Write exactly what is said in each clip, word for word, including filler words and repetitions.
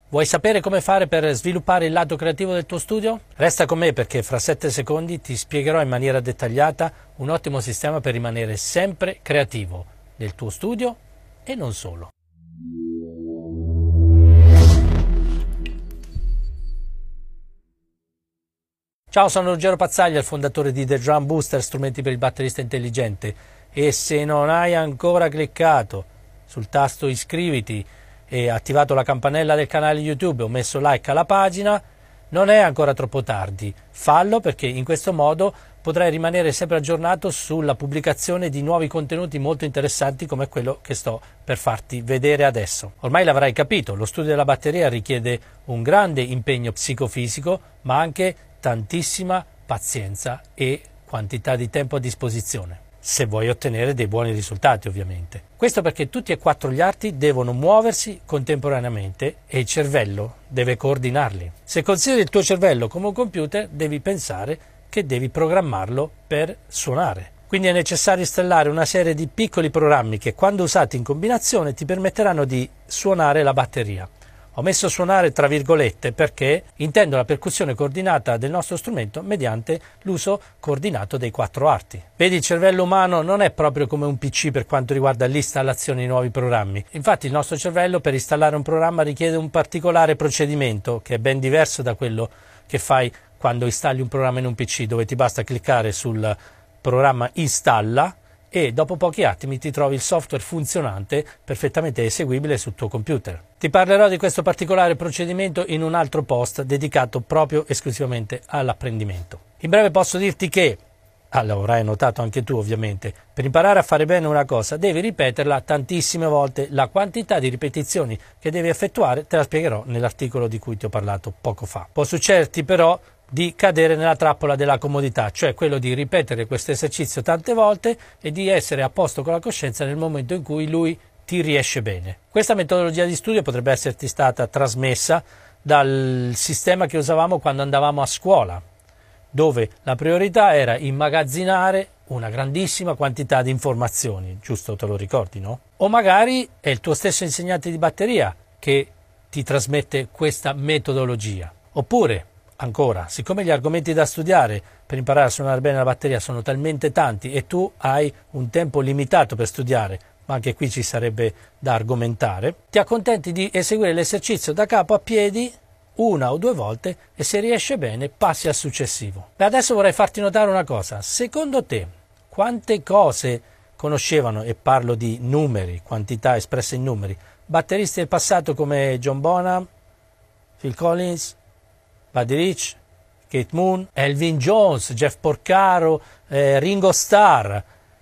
Vuoi sapere come fare per sviluppare il lato creativo del tuo studio? Resta con me perché fra sette secondi ti spiegherò in maniera dettagliata un ottimo sistema per rimanere sempre creativo nel tuo studio e non solo. Ciao, sono Ruggero Pazzaglia, il fondatore di The Drum Booster, strumenti per il batterista intelligente, e se non hai ancora cliccato sul tasto iscriviti e attivato la campanella del canale YouTube o messo like alla pagina, non è ancora troppo tardi. Fallo, perché in questo modo potrai rimanere sempre aggiornato sulla pubblicazione di nuovi contenuti molto interessanti come quello che sto per farti vedere adesso. Ormai l'avrai capito, lo studio della batteria richiede un grande impegno psicofisico, ma anche tantissima pazienza e quantità di tempo a disposizione, se vuoi ottenere dei buoni risultati, ovviamente. Questo perché tutti e quattro gli arti devono muoversi contemporaneamente e il cervello deve coordinarli. Se consideri il tuo cervello come un computer, devi pensare che devi programmarlo per suonare. Quindi è necessario installare una serie di piccoli programmi che, quando usati in combinazione, ti permetteranno di suonare la batteria. Ho messo suonare tra virgolette perché intendo la percussione coordinata del nostro strumento mediante l'uso coordinato dei quattro arti. Vedi, il cervello umano non è proprio come un P C per quanto riguarda l'installazione di nuovi programmi. Infatti il nostro cervello, per installare un programma, richiede un particolare procedimento che è ben diverso da quello che fai quando installi un programma in un P C, dove ti basta cliccare sul programma installa e dopo pochi attimi ti trovi il software funzionante, perfettamente eseguibile sul tuo computer. Ti parlerò di questo particolare procedimento in un altro post dedicato proprio esclusivamente all'apprendimento. In breve posso dirti che, allora, avrai notato anche tu ovviamente, per imparare a fare bene una cosa devi ripeterla tantissime volte. La quantità di ripetizioni che devi effettuare te la spiegherò nell'articolo di cui ti ho parlato poco fa. Può succederti però di cadere nella trappola della comodità, cioè quello di ripetere questo esercizio tante volte e di essere a posto con la coscienza nel momento in cui lui ti riesce bene. Questa metodologia di studio potrebbe esserti stata trasmessa dal sistema che usavamo quando andavamo a scuola, dove la priorità era immagazzinare una grandissima quantità di informazioni, giusto? Te lo ricordi, no? O magari è il tuo stesso insegnante di batteria che ti trasmette questa metodologia. Oppure, ancora, siccome gli argomenti da studiare per imparare a suonare bene la batteria sono talmente tanti e tu hai un tempo limitato per studiare, ma anche qui ci sarebbe da argomentare, ti accontenti di eseguire l'esercizio da capo a piedi una o due volte e, se riesce bene, passi al successivo. E adesso vorrei farti notare una cosa. Secondo te, quante cose conoscevano, e parlo di numeri, quantità espresse in numeri, batteristi del passato come John Bonham, Phil Collins, Buddy Rich, Keith Moon, Elvin Jones, Jeff Porcaro, eh, Ringo Starr,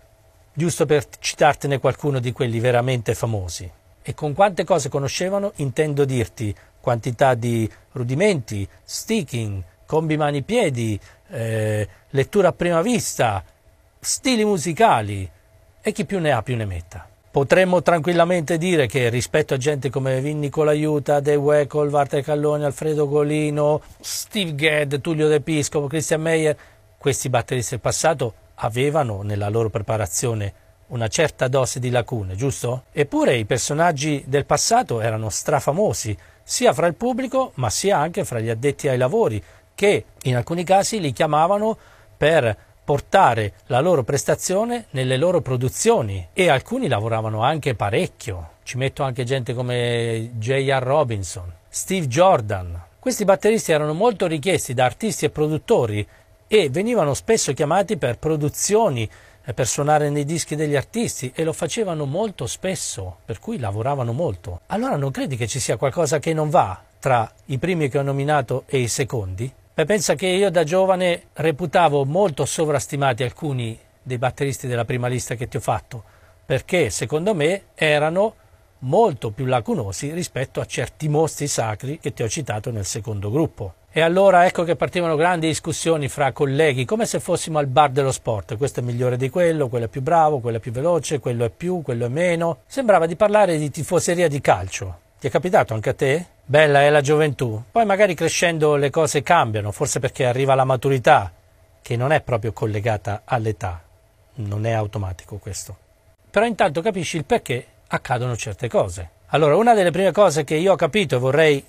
giusto per citartene qualcuno di quelli veramente famosi. E con quante cose conoscevano intendo dirti quantità di rudimenti, sticking, combi mani-piedi, eh, lettura a prima vista, stili musicali, e chi più ne ha più ne metta. Potremmo tranquillamente dire che rispetto a gente come Vin Nicolaiuta, Dave Weckl, Walter Calloni, Alfredo Golino, Steve Gadd, Tullio De Piscopo, Christian Meyer, questi batteristi del passato avevano nella loro preparazione una certa dose di lacune, giusto? Eppure i personaggi del passato erano strafamosi, sia fra il pubblico ma sia anche fra gli addetti ai lavori, che in alcuni casi li chiamavano per portare la loro prestazione nelle loro produzioni, e alcuni lavoravano anche parecchio. Ci metto anche gente come J R Robinson, Steve Jordan. Questi batteristi erano molto richiesti da artisti e produttori e venivano spesso chiamati per produzioni, per suonare nei dischi degli artisti, e lo facevano molto spesso, per cui lavoravano molto. Allora non credi che ci sia qualcosa che non va tra i primi che ho nominato e i secondi? Beh, pensa che io da giovane reputavo molto sovrastimati alcuni dei batteristi della prima lista che ti ho fatto, perché secondo me erano molto più lacunosi rispetto a certi mostri sacri che ti ho citato nel secondo gruppo. E allora ecco che partivano grandi discussioni fra colleghi, come se fossimo al bar dello sport. Questo è migliore di quello, quello è più bravo, quello è più veloce, quello è più, quello è meno. Sembrava di parlare di tifoseria di calcio. Ti è capitato anche a te? Bella è la gioventù. Poi magari crescendo le cose cambiano, forse perché arriva la maturità, che non è proprio collegata all'età. Non è automatico questo. Però intanto capisci il perché accadono certe cose. Allora, una delle prime cose che io ho capito e vorrei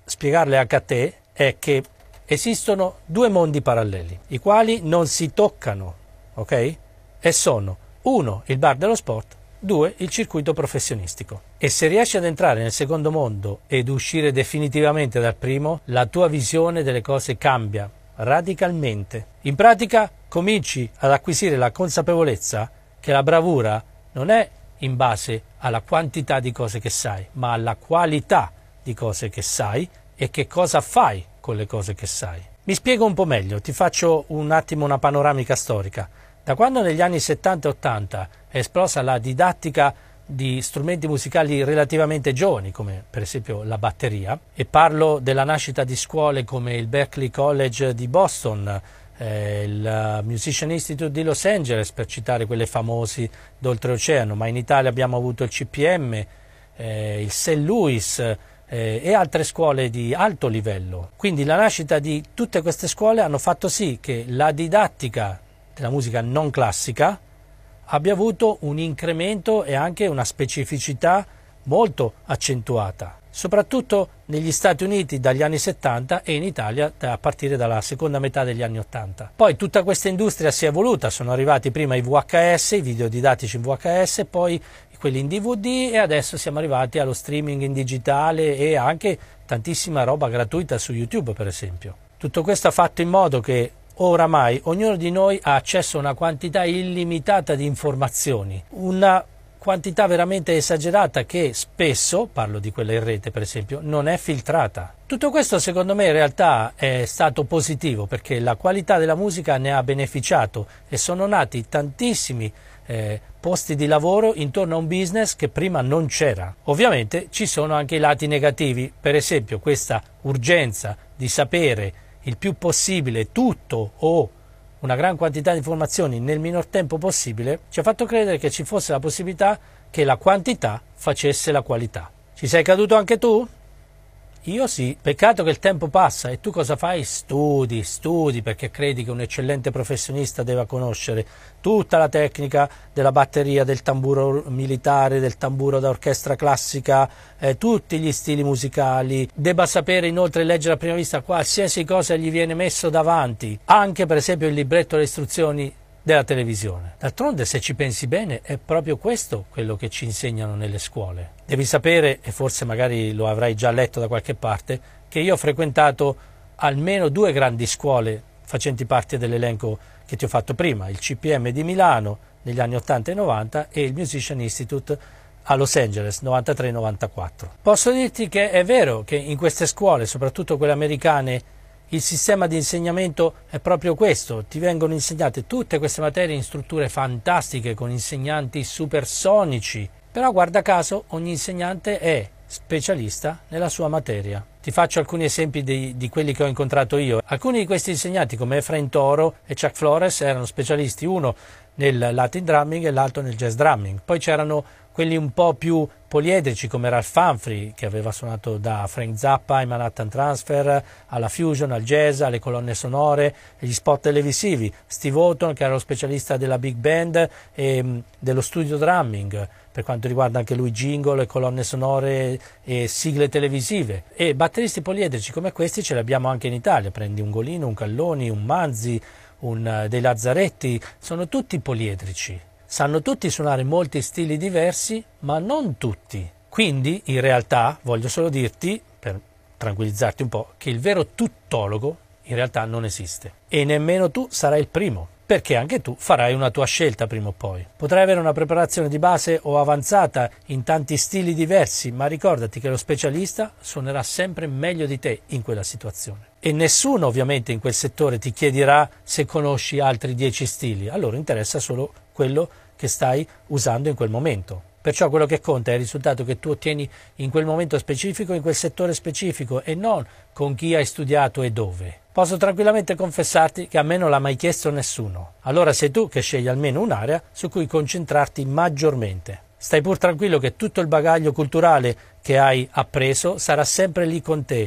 spiegarle anche a te è che esistono due mondi paralleli, i quali non si toccano, ok? E sono, uno, il bar dello sport, due, il circuito professionistico. E se riesci ad entrare nel secondo mondo ed uscire definitivamente dal primo, la tua visione delle cose cambia radicalmente. In pratica cominci ad acquisire la consapevolezza che la bravura non è in base alla quantità di cose che sai, ma alla qualità di cose che sai e che cosa fai con le cose che sai. Mi spiego un po' meglio, ti faccio un attimo una panoramica storica. Da quando negli anni settanta e ottanta è esplosa la didattica di strumenti musicali relativamente giovani, come per esempio la batteria, e parlo della nascita di scuole come il Berklee College di Boston, eh, il Musician Institute di Los Angeles, per citare quelle famosi d'oltreoceano, ma in Italia abbiamo avuto il C P M, eh, il Saint Louis eh, e altre scuole di alto livello. Quindi la nascita di tutte queste scuole hanno fatto sì che la didattica della musica non classica abbia avuto un incremento e anche una specificità molto accentuata, soprattutto negli Stati Uniti dagli anni settanta e in Italia a partire dalla seconda metà degli anni ottanta. Poi tutta questa industria si è evoluta, sono arrivati prima i V H S, i video didattici in V H S, poi quelli in D V D e adesso siamo arrivati allo streaming in digitale e anche tantissima roba gratuita su YouTube, per esempio. Tutto questo ha fatto in modo che oramai ognuno di noi ha accesso a una quantità illimitata di informazioni, una quantità veramente esagerata che spesso, parlo di quella in rete per esempio, non è filtrata. Tutto questo secondo me in realtà è stato positivo perché la qualità della musica ne ha beneficiato e sono nati tantissimi eh, posti di lavoro intorno a un business che prima non c'era. Ovviamente ci sono anche i lati negativi, per esempio questa urgenza di sapere il più possibile tutto o una gran quantità di informazioni nel minor tempo possibile ci ha fatto credere che ci fosse la possibilità che la quantità facesse la qualità. Ci sei caduto anche tu? Io sì. Peccato che il tempo passa e tu cosa fai? Studi, studi perché credi che un eccellente professionista debba conoscere tutta la tecnica della batteria, del tamburo militare, del tamburo da orchestra classica, eh, tutti gli stili musicali, debba sapere inoltre leggere a prima vista qualsiasi cosa gli viene messo davanti, anche per esempio il libretto delle istruzioni della televisione. D'altronde, se ci pensi bene, è proprio questo quello che ci insegnano nelle scuole. Devi sapere, e forse magari lo avrai già letto da qualche parte, che io ho frequentato almeno due grandi scuole facenti parte dell'elenco che ti ho fatto prima, il C P M di Milano negli anni ottanta e novanta e il Musician Institute a Los Angeles novantatré novantaquattro. Posso dirti che è vero che in queste scuole, soprattutto quelle americane, il sistema di insegnamento è proprio questo, ti vengono insegnate tutte queste materie in strutture fantastiche con insegnanti supersonici, però guarda caso ogni insegnante è specialista nella sua materia. Ti faccio alcuni esempi di, di quelli che ho incontrato io. Alcuni di questi insegnanti come Efrain Toro e Chuck Flores erano specialisti, uno nel Latin drumming e l'altro nel jazz drumming. Poi c'erano quelli un po' più poliedrici come Ralph Humphrey, che aveva suonato da Frank Zappa ai Manhattan Transfer alla fusion, al jazz, alle colonne sonore, agli spot televisivi. Steve Houghton, che era lo specialista della big band e mh, dello studio drumming, per quanto riguarda anche lui jingle, colonne sonore e sigle televisive. E batteristi poliedrici come questi ce li abbiamo anche in Italia. Prendi un Golino, un Calloni, un Manzi, un, uh, dei Lazzaretti, sono tutti poliedrici. Sanno tutti suonare molti stili diversi, ma non tutti. Quindi, in realtà, voglio solo dirti, per tranquillizzarti un po', che il vero tuttologo in realtà non esiste. E nemmeno tu sarai il primo, perché anche tu farai una tua scelta prima o poi. Potrai avere una preparazione di base o avanzata in tanti stili diversi, ma ricordati che lo specialista suonerà sempre meglio di te in quella situazione. E nessuno ovviamente in quel settore ti chiederà se conosci altri dieci stili, a loro interessa solo quello che stai usando in quel momento. Perciò quello che conta è il risultato che tu ottieni in quel momento specifico, in quel settore specifico e non con chi hai studiato e dove. Posso tranquillamente confessarti che a me non l'ha mai chiesto nessuno. Allora sei tu che scegli almeno un'area su cui concentrarti maggiormente. Stai pur tranquillo che tutto il bagaglio culturale che hai appreso sarà sempre lì con te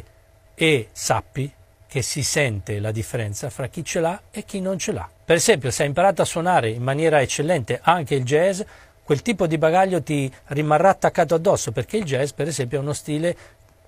e sappi che si sente la differenza fra chi ce l'ha e chi non ce l'ha. Per esempio, se hai imparato a suonare in maniera eccellente anche il jazz, quel tipo di bagaglio ti rimarrà attaccato addosso, perché il jazz, per esempio, è uno stile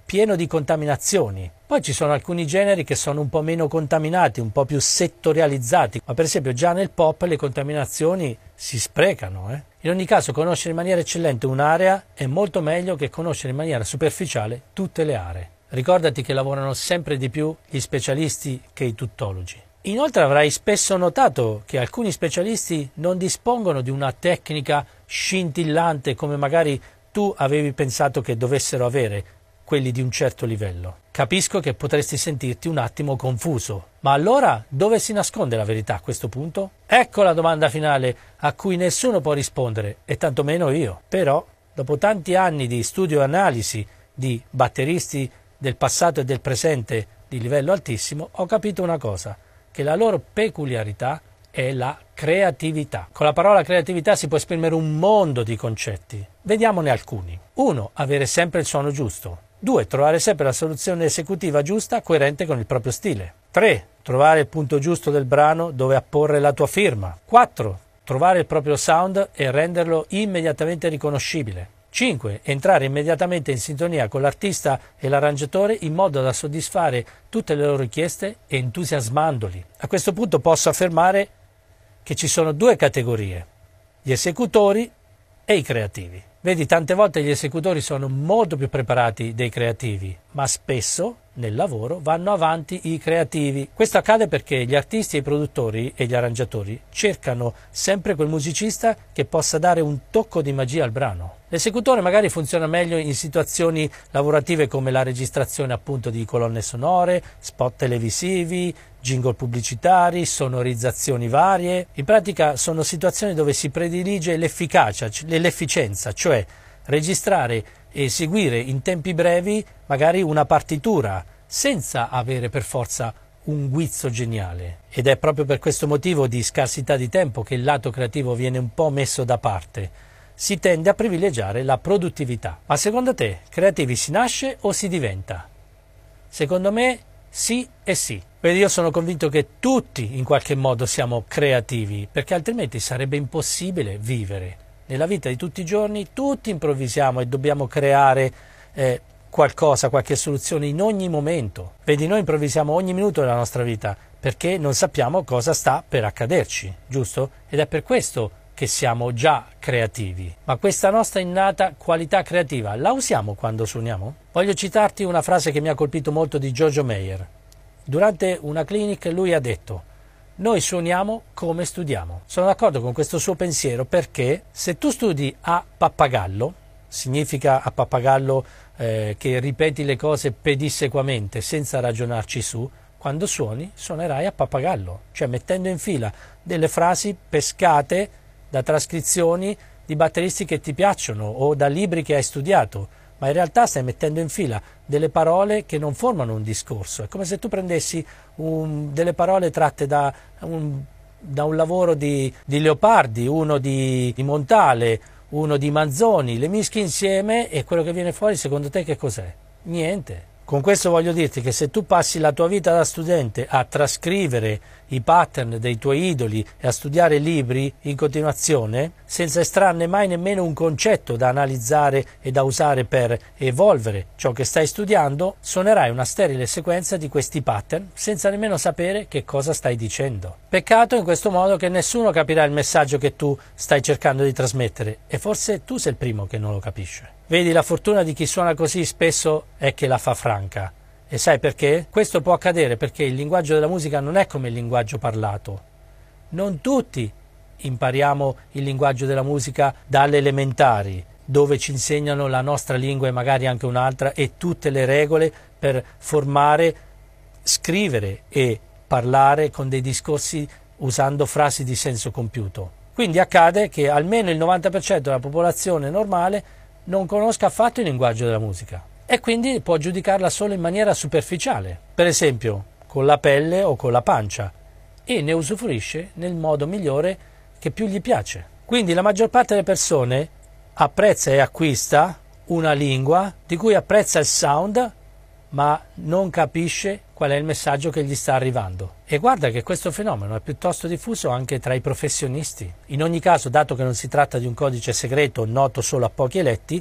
pieno di contaminazioni. Poi ci sono alcuni generi che sono un po' meno contaminati, un po' più settorializzati, ma per esempio già nel pop le contaminazioni si sprecano. Eh? In ogni caso, conoscere in maniera eccellente un'area è molto meglio che conoscere in maniera superficiale tutte le aree. Ricordati che lavorano sempre di più gli specialisti che i tuttologi. Inoltre avrai spesso notato che alcuni specialisti non dispongono di una tecnica scintillante come magari tu avevi pensato che dovessero avere quelli di un certo livello. Capisco che potresti sentirti un attimo confuso, ma allora dove si nasconde la verità a questo punto? Ecco la domanda finale a cui nessuno può rispondere, e tantomeno io. Però, dopo tanti anni di studio e analisi di batteristi del passato e del presente di livello altissimo, ho capito una cosa, che la loro peculiarità è la creatività. Con la parola creatività si può esprimere un mondo di concetti. Vediamone alcuni. uno. Avere sempre il suono giusto. due. Trovare sempre la soluzione esecutiva giusta, coerente con il proprio stile. tre. Trovare il punto giusto del brano dove apporre la tua firma. quattro. Trovare il proprio sound e renderlo immediatamente riconoscibile. cinque. Entrare immediatamente in sintonia con l'artista e l'arrangiatore in modo da soddisfare tutte le loro richieste entusiasmandoli. A questo punto posso affermare che ci sono due categorie, gli esecutori e i creativi. Vedi, tante volte gli esecutori sono molto più preparati dei creativi, ma spesso nel lavoro vanno avanti i creativi. Questo accade perché gli artisti, i produttori e gli arrangiatori cercano sempre quel musicista che possa dare un tocco di magia al brano. L'esecutore magari funziona meglio in situazioni lavorative come la registrazione appunto di colonne sonore, spot televisivi, jingle pubblicitari, sonorizzazioni varie. In pratica sono situazioni dove si predilige l'efficacia, l'efficienza, cioè registrare e eseguire in tempi brevi magari una partitura senza avere per forza un guizzo geniale. Ed è proprio per questo motivo di scarsità di tempo che il lato creativo viene un po' messo da parte. Si tende a privilegiare la produttività. Ma secondo te, creativi si nasce o si diventa? Secondo me sì e sì. Vedi, io sono convinto che tutti in qualche modo siamo creativi, perché altrimenti sarebbe impossibile vivere. Nella vita di tutti i giorni tutti improvvisiamo e dobbiamo creare eh, qualcosa, qualche soluzione in ogni momento. Vedi, noi improvvisiamo ogni minuto della nostra vita perché non sappiamo cosa sta per accaderci, giusto? Ed è per questo che siamo già creativi. Ma questa nostra innata qualità creativa la usiamo quando suoniamo? Voglio citarti una frase che mi ha colpito molto di Giorgio Meyer. Durante una clinic lui ha detto: noi suoniamo come studiamo. Sono d'accordo con questo suo pensiero perché se tu studi a pappagallo, significa a pappagallo eh, che ripeti le cose pedissequamente senza ragionarci su, quando suoni suonerai a pappagallo, cioè mettendo in fila delle frasi pescate da trascrizioni di batteristi che ti piacciono o da libri che hai studiato, ma in realtà stai mettendo in fila delle parole che non formano un discorso. È come se tu prendessi un, delle parole tratte da un, da un lavoro di, di Leopardi, uno di, di Montale, uno di Manzoni, le mischi insieme e quello che viene fuori secondo te che cos'è? Niente. Con questo voglio dirti che se tu passi la tua vita da studente a trascrivere i pattern dei tuoi idoli e a studiare libri in continuazione, senza estrarne mai nemmeno un concetto da analizzare e da usare per evolvere ciò che stai studiando, suonerai una sterile sequenza di questi pattern senza nemmeno sapere che cosa stai dicendo. Peccato in questo modo che nessuno capirà il messaggio che tu stai cercando di trasmettere e forse tu sei il primo che non lo capisce. Vedi, la fortuna di chi suona così spesso è che la fa franca. E sai perché? Questo può accadere perché il linguaggio della musica non è come il linguaggio parlato. Non tutti impariamo il linguaggio della musica dalle elementari, dove ci insegnano la nostra lingua e magari anche un'altra e tutte le regole per formare, scrivere e parlare con dei discorsi usando frasi di senso compiuto. Quindi accade che almeno il novanta per cento della popolazione normale non conosca affatto il linguaggio della musica e quindi può giudicarla solo in maniera superficiale, per esempio con la pelle o con la pancia, e ne usufruisce nel modo migliore che più gli piace. Quindi la maggior parte delle persone apprezza e acquista una lingua di cui apprezza il sound, ma non capisce qual è il messaggio che gli sta arrivando. E guarda che questo fenomeno è piuttosto diffuso anche tra i professionisti. In ogni caso, dato che non si tratta di un codice segreto noto solo a pochi eletti,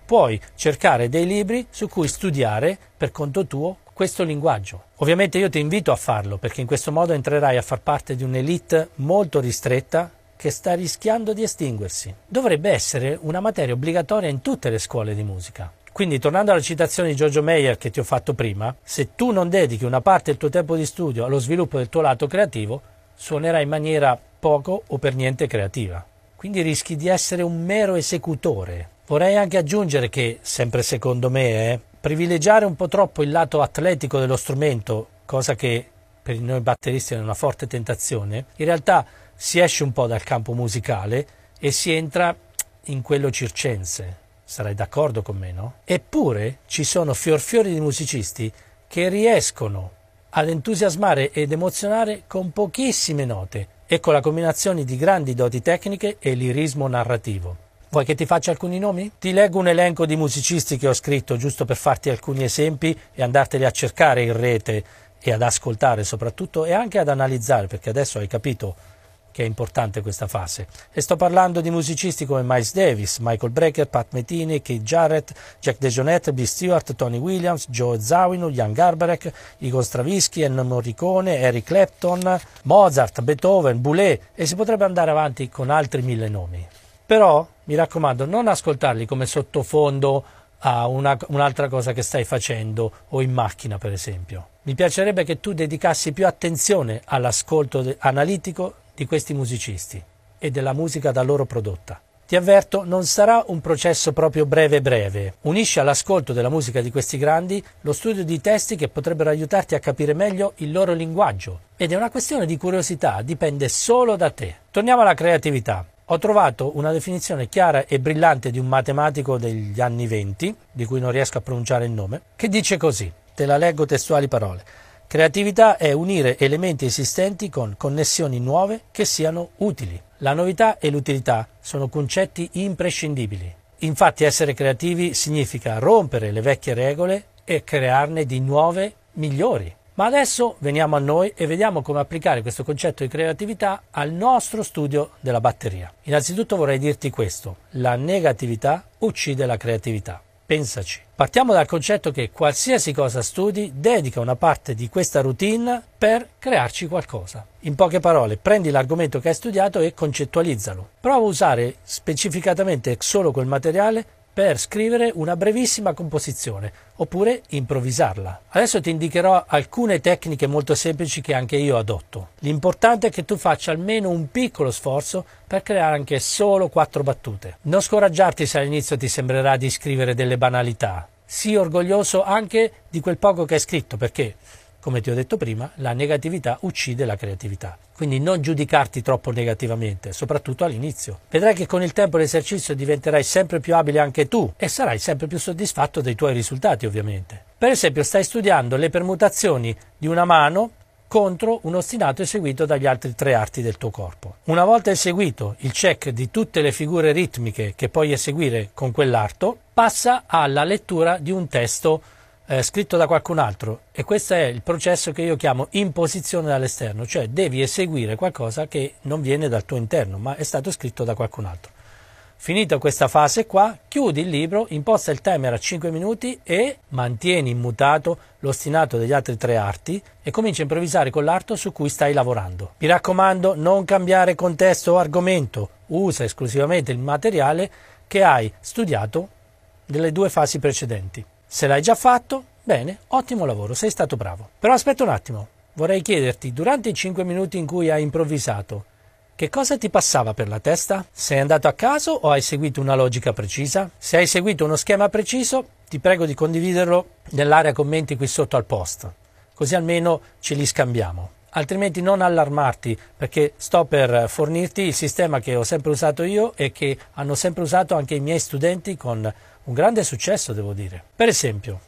puoi cercare dei libri su cui studiare per conto tuo questo linguaggio. Ovviamente io ti invito a farlo, perché in questo modo entrerai a far parte di un'elite molto ristretta che sta rischiando di estinguersi. Dovrebbe essere una materia obbligatoria in tutte le scuole di musica. Quindi, tornando alla citazione di Giorgio Meyer che ti ho fatto prima, se tu non dedichi una parte del tuo tempo di studio allo sviluppo del tuo lato creativo, suonerai in maniera poco o per niente creativa. Quindi rischi di essere un mero esecutore. Vorrei anche aggiungere che, sempre secondo me, eh, privilegiare un po' troppo il lato atletico dello strumento, cosa che per noi batteristi è una forte tentazione, in realtà si esce un po' dal campo musicale e si entra in quello circense. Sarai d'accordo con me, no? Eppure ci sono fior fiori di musicisti che riescono ad entusiasmare ed emozionare con pochissime note e con la combinazione di grandi doti tecniche e lirismo narrativo. Vuoi che ti faccia alcuni nomi? Ti leggo un elenco di musicisti che ho scritto giusto per farti alcuni esempi e andarteli a cercare in rete e ad ascoltare soprattutto e anche ad analizzare, perché adesso hai capito che è importante questa fase. E sto parlando di musicisti come Miles Davis, Michael Brecker, Pat Metheny, Keith Jarrett, Jack DeJohnette, Bill Stewart, Tony Williams, Joe Zawinul, Jan Garbarek, Igor Stravinsky, Ennio Morricone, Eric Clapton, Mozart, Beethoven, Boulez, e si potrebbe andare avanti con altri mille nomi. Però, mi raccomando, non ascoltarli come sottofondo a una, un'altra cosa che stai facendo o in macchina, per esempio. Mi piacerebbe che tu dedicassi più attenzione all'ascolto de- analitico di questi musicisti e della musica da loro prodotta. Ti avverto, non sarà un processo proprio breve breve. Unisci all'ascolto della musica di questi grandi lo studio di testi che potrebbero aiutarti a capire meglio il loro linguaggio. Ed è una questione di curiosità, dipende solo da te. Torniamo alla creatività. Ho trovato una definizione chiara e brillante di un matematico degli anni venti, di cui non riesco a pronunciare il nome, che dice così, te la leggo testuali parole. Creatività è unire elementi esistenti con connessioni nuove che siano utili. La novità e l'utilità sono concetti imprescindibili. Infatti essere creativi significa rompere le vecchie regole e crearne di nuove migliori. Ma adesso veniamo a noi e vediamo come applicare questo concetto di creatività al nostro studio della batteria. Innanzitutto vorrei dirti questo: la negatività uccide la creatività. Pensaci. Partiamo dal concetto che qualsiasi cosa studi, dedica una parte di questa routine per crearci qualcosa. In poche parole, prendi l'argomento che hai studiato e concettualizzalo. Prova a usare specificatamente solo quel materiale per scrivere una brevissima composizione, oppure improvvisarla. Adesso ti indicherò alcune tecniche molto semplici che anche io adotto. L'importante è che tu faccia almeno un piccolo sforzo per creare anche solo quattro battute. Non scoraggiarti se all'inizio ti sembrerà di scrivere delle banalità. Sii orgoglioso anche di quel poco che hai scritto, perché, come ti ho detto prima, la negatività uccide la creatività. Quindi non giudicarti troppo negativamente, soprattutto all'inizio. Vedrai che con il tempo e l'esercizio diventerai sempre più abile anche tu e sarai sempre più soddisfatto dei tuoi risultati, ovviamente. Per esempio, stai studiando le permutazioni di una mano contro un ostinato eseguito dagli altri tre arti del tuo corpo. Una volta eseguito il check di tutte le figure ritmiche che puoi eseguire con quell'arto, passa alla lettura di un testo Eh, scritto da qualcun altro, e questo è il processo che io chiamo imposizione dall'esterno, cioè devi eseguire qualcosa che non viene dal tuo interno ma è stato scritto da qualcun altro. Finita questa fase qua, chiudi il libro, imposta il timer a cinque minuti e mantieni immutato l'ostinato degli altri tre arti e comincia a improvvisare con l'arto su cui stai lavorando. Mi raccomando, non cambiare contesto o argomento, usa esclusivamente il materiale che hai studiato nelle due fasi precedenti. Se l'hai già fatto, bene, ottimo lavoro, sei stato bravo. Però aspetta un attimo, vorrei chiederti, durante i cinque minuti in cui hai improvvisato, che cosa ti passava per la testa? Sei andato a caso o hai seguito una logica precisa? Se hai seguito uno schema preciso, ti prego di condividerlo nell'area commenti qui sotto al post, così almeno ce li scambiamo. Altrimenti non allarmarti, perché sto per fornirti il sistema che ho sempre usato io e che hanno sempre usato anche i miei studenti con un grande successo, devo dire. Per esempio,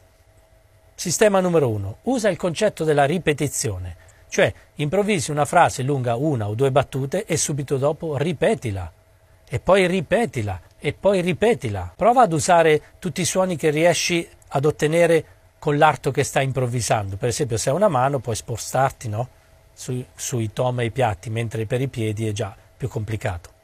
sistema numero uno, usa il concetto della ripetizione, cioè improvvisi una frase lunga una o due battute e subito dopo ripetila, e poi ripetila, e poi ripetila. Prova ad usare tutti i suoni che riesci ad ottenere con l'arto che stai improvvisando. Per esempio, se hai una mano puoi spostarti, no? Sui, sui tom e i piatti, mentre per i piedi è già più complicato.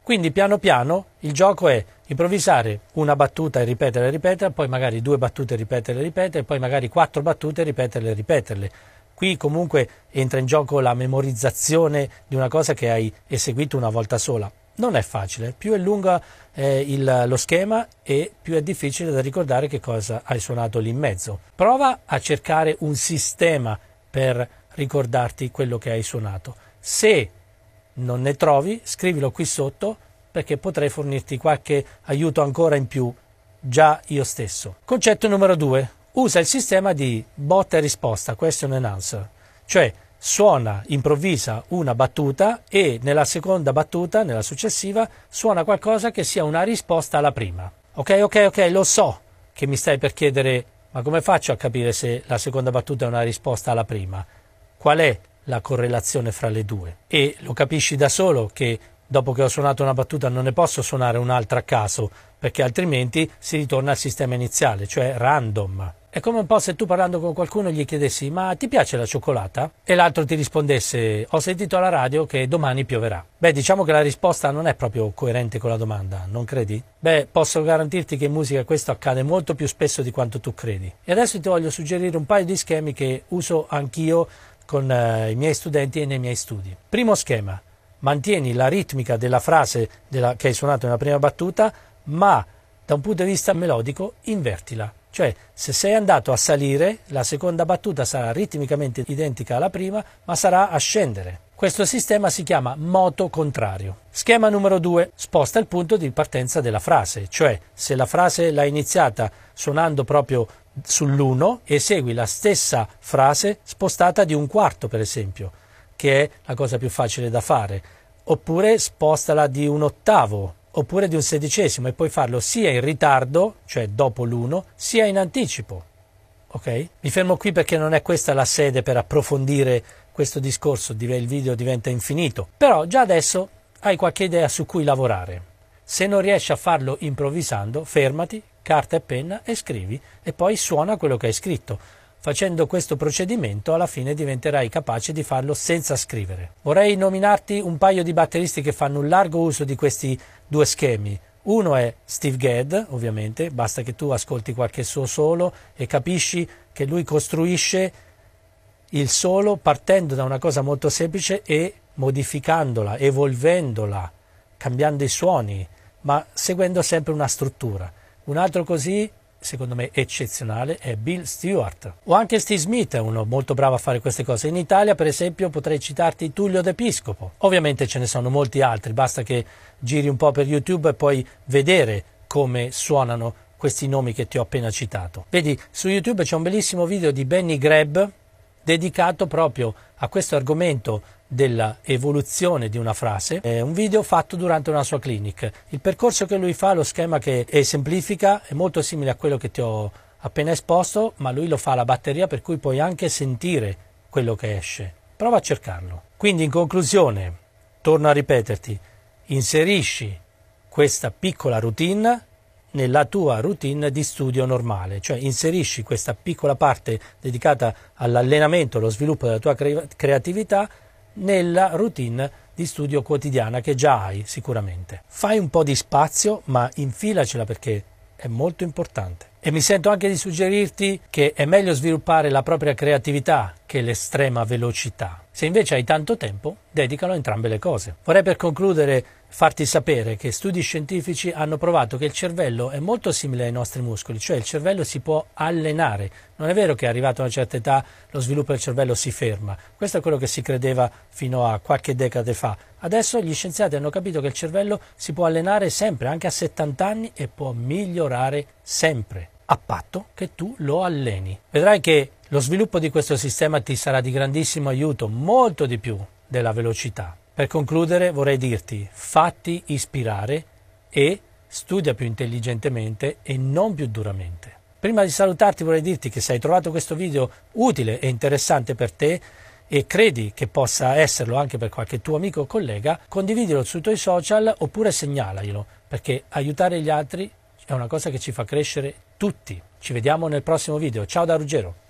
Quindi piano piano il gioco è improvvisare una battuta e ripeterla e ripeterla, poi magari due battute e ripeterle e ripeterle, poi magari quattro battute e ripeterle e ripeterle. Qui comunque entra in gioco la memorizzazione di una cosa che hai eseguito una volta sola. Non è facile, più è lungo eh, il, lo schema e più è difficile da ricordare che cosa hai suonato lì in mezzo. Prova a cercare un sistema per ricordarti quello che hai suonato. Se non ne trovi, scrivilo qui sotto perché potrei fornirti qualche aiuto ancora in più, già io stesso. Concetto numero due. Usa il sistema di botta e risposta, question and answer, cioè suona, improvvisa una battuta e nella seconda battuta, nella successiva, suona qualcosa che sia una risposta alla prima. Ok, ok, ok, lo so che mi stai per chiedere, ma come faccio a capire se la seconda battuta è una risposta alla prima? Qual è la correlazione fra le due? E lo capisci da solo che dopo che ho suonato una battuta non ne posso suonare un'altra a caso, perché altrimenti si ritorna al sistema iniziale, cioè random. È come un po' se tu parlando con qualcuno gli chiedessi ma ti piace la cioccolata? E l'altro ti rispondesse ho sentito alla radio che domani pioverà. Beh, diciamo che la risposta non è proprio coerente con la domanda, non credi? Beh, posso garantirti che in musica questo accade molto più spesso di quanto tu credi. E adesso ti voglio suggerire un paio di schemi che uso anch'io con eh, i miei studenti e nei miei studi. Primo schema, mantieni la ritmica della frase della, che hai suonato nella prima battuta, ma da un punto di vista melodico invertila. Cioè, se sei andato a salire, la seconda battuta sarà ritmicamente identica alla prima, ma sarà a scendere. Questo sistema si chiama moto contrario. Schema numero due. Sposta il punto di partenza della frase, cioè se la frase l'hai iniziata suonando proprio sull'uno, esegui la stessa frase spostata di un quarto, per esempio, che è la cosa più facile da fare. Oppure spostala di un ottavo, oppure di un sedicesimo, e puoi farlo sia in ritardo, cioè dopo l'uno, sia in anticipo. Ok? Mi fermo qui perché non è questa la sede per approfondire questo discorso, il video diventa infinito. Però già adesso hai qualche idea su cui lavorare. Se non riesci a farlo improvvisando, fermati, carta e penna e scrivi, e poi suona quello che hai scritto. Facendo questo procedimento alla fine diventerai capace di farlo senza scrivere. Vorrei nominarti un paio di batteristi che fanno un largo uso di questi due schemi. Uno è Steve Gadd, ovviamente, basta che tu ascolti qualche suo solo e capisci che lui costruisce il solo partendo da una cosa molto semplice e modificandola, evolvendola, cambiando i suoni, ma seguendo sempre una struttura. Un altro così, secondo me eccezionale, è Bill Stewart. O anche Steve Smith è uno molto bravo a fare queste cose. In Italia, per esempio, potrei citarti Tullio D'Episcopo. Ovviamente ce ne sono molti altri, basta che giri un po' per YouTube e puoi vedere come suonano questi nomi che ti ho appena citato. Vedi, su YouTube c'è un bellissimo video di Benny Greb dedicato proprio a questo argomento della evoluzione di una frase. È un video fatto durante una sua clinic. Il percorso che lui fa, lo schema che esemplifica, è molto simile a quello che ti ho appena esposto, ma lui lo fa alla batteria, per cui puoi anche sentire quello che esce. Prova a cercarlo. Quindi, in conclusione, torno a ripeterti, inserisci questa piccola routine nella tua routine di studio normale, cioè inserisci questa piccola parte dedicata all'allenamento, allo sviluppo della tua cre- creatività nella routine di studio quotidiana che già hai sicuramente. Fai un po' di spazio, ma infilacela perché è molto importante. E mi sento anche di suggerirti che è meglio sviluppare la propria creatività che l'estrema velocità. Se invece hai tanto tempo, dedicalo a entrambe le cose. Vorrei per concludere farti sapere che studi scientifici hanno provato che il cervello è molto simile ai nostri muscoli, cioè il cervello si può allenare. Non è vero che arrivato a una certa età lo sviluppo del cervello si ferma. Questo è quello che si credeva fino a qualche decade fa. Adesso gli scienziati hanno capito che il cervello si può allenare sempre, anche a settanta anni, e può migliorare sempre, a patto che tu lo alleni. Vedrai che lo sviluppo di questo sistema ti sarà di grandissimo aiuto, molto di più della velocità. Per concludere vorrei dirti, fatti ispirare e studia più intelligentemente e non più duramente. Prima di salutarti vorrei dirti che se hai trovato questo video utile e interessante per te e credi che possa esserlo anche per qualche tuo amico o collega, condividilo sui tuoi social oppure segnalaglielo, perché aiutare gli altri è una cosa che ci fa crescere tutti. Ci vediamo nel prossimo video. Ciao da Ruggero!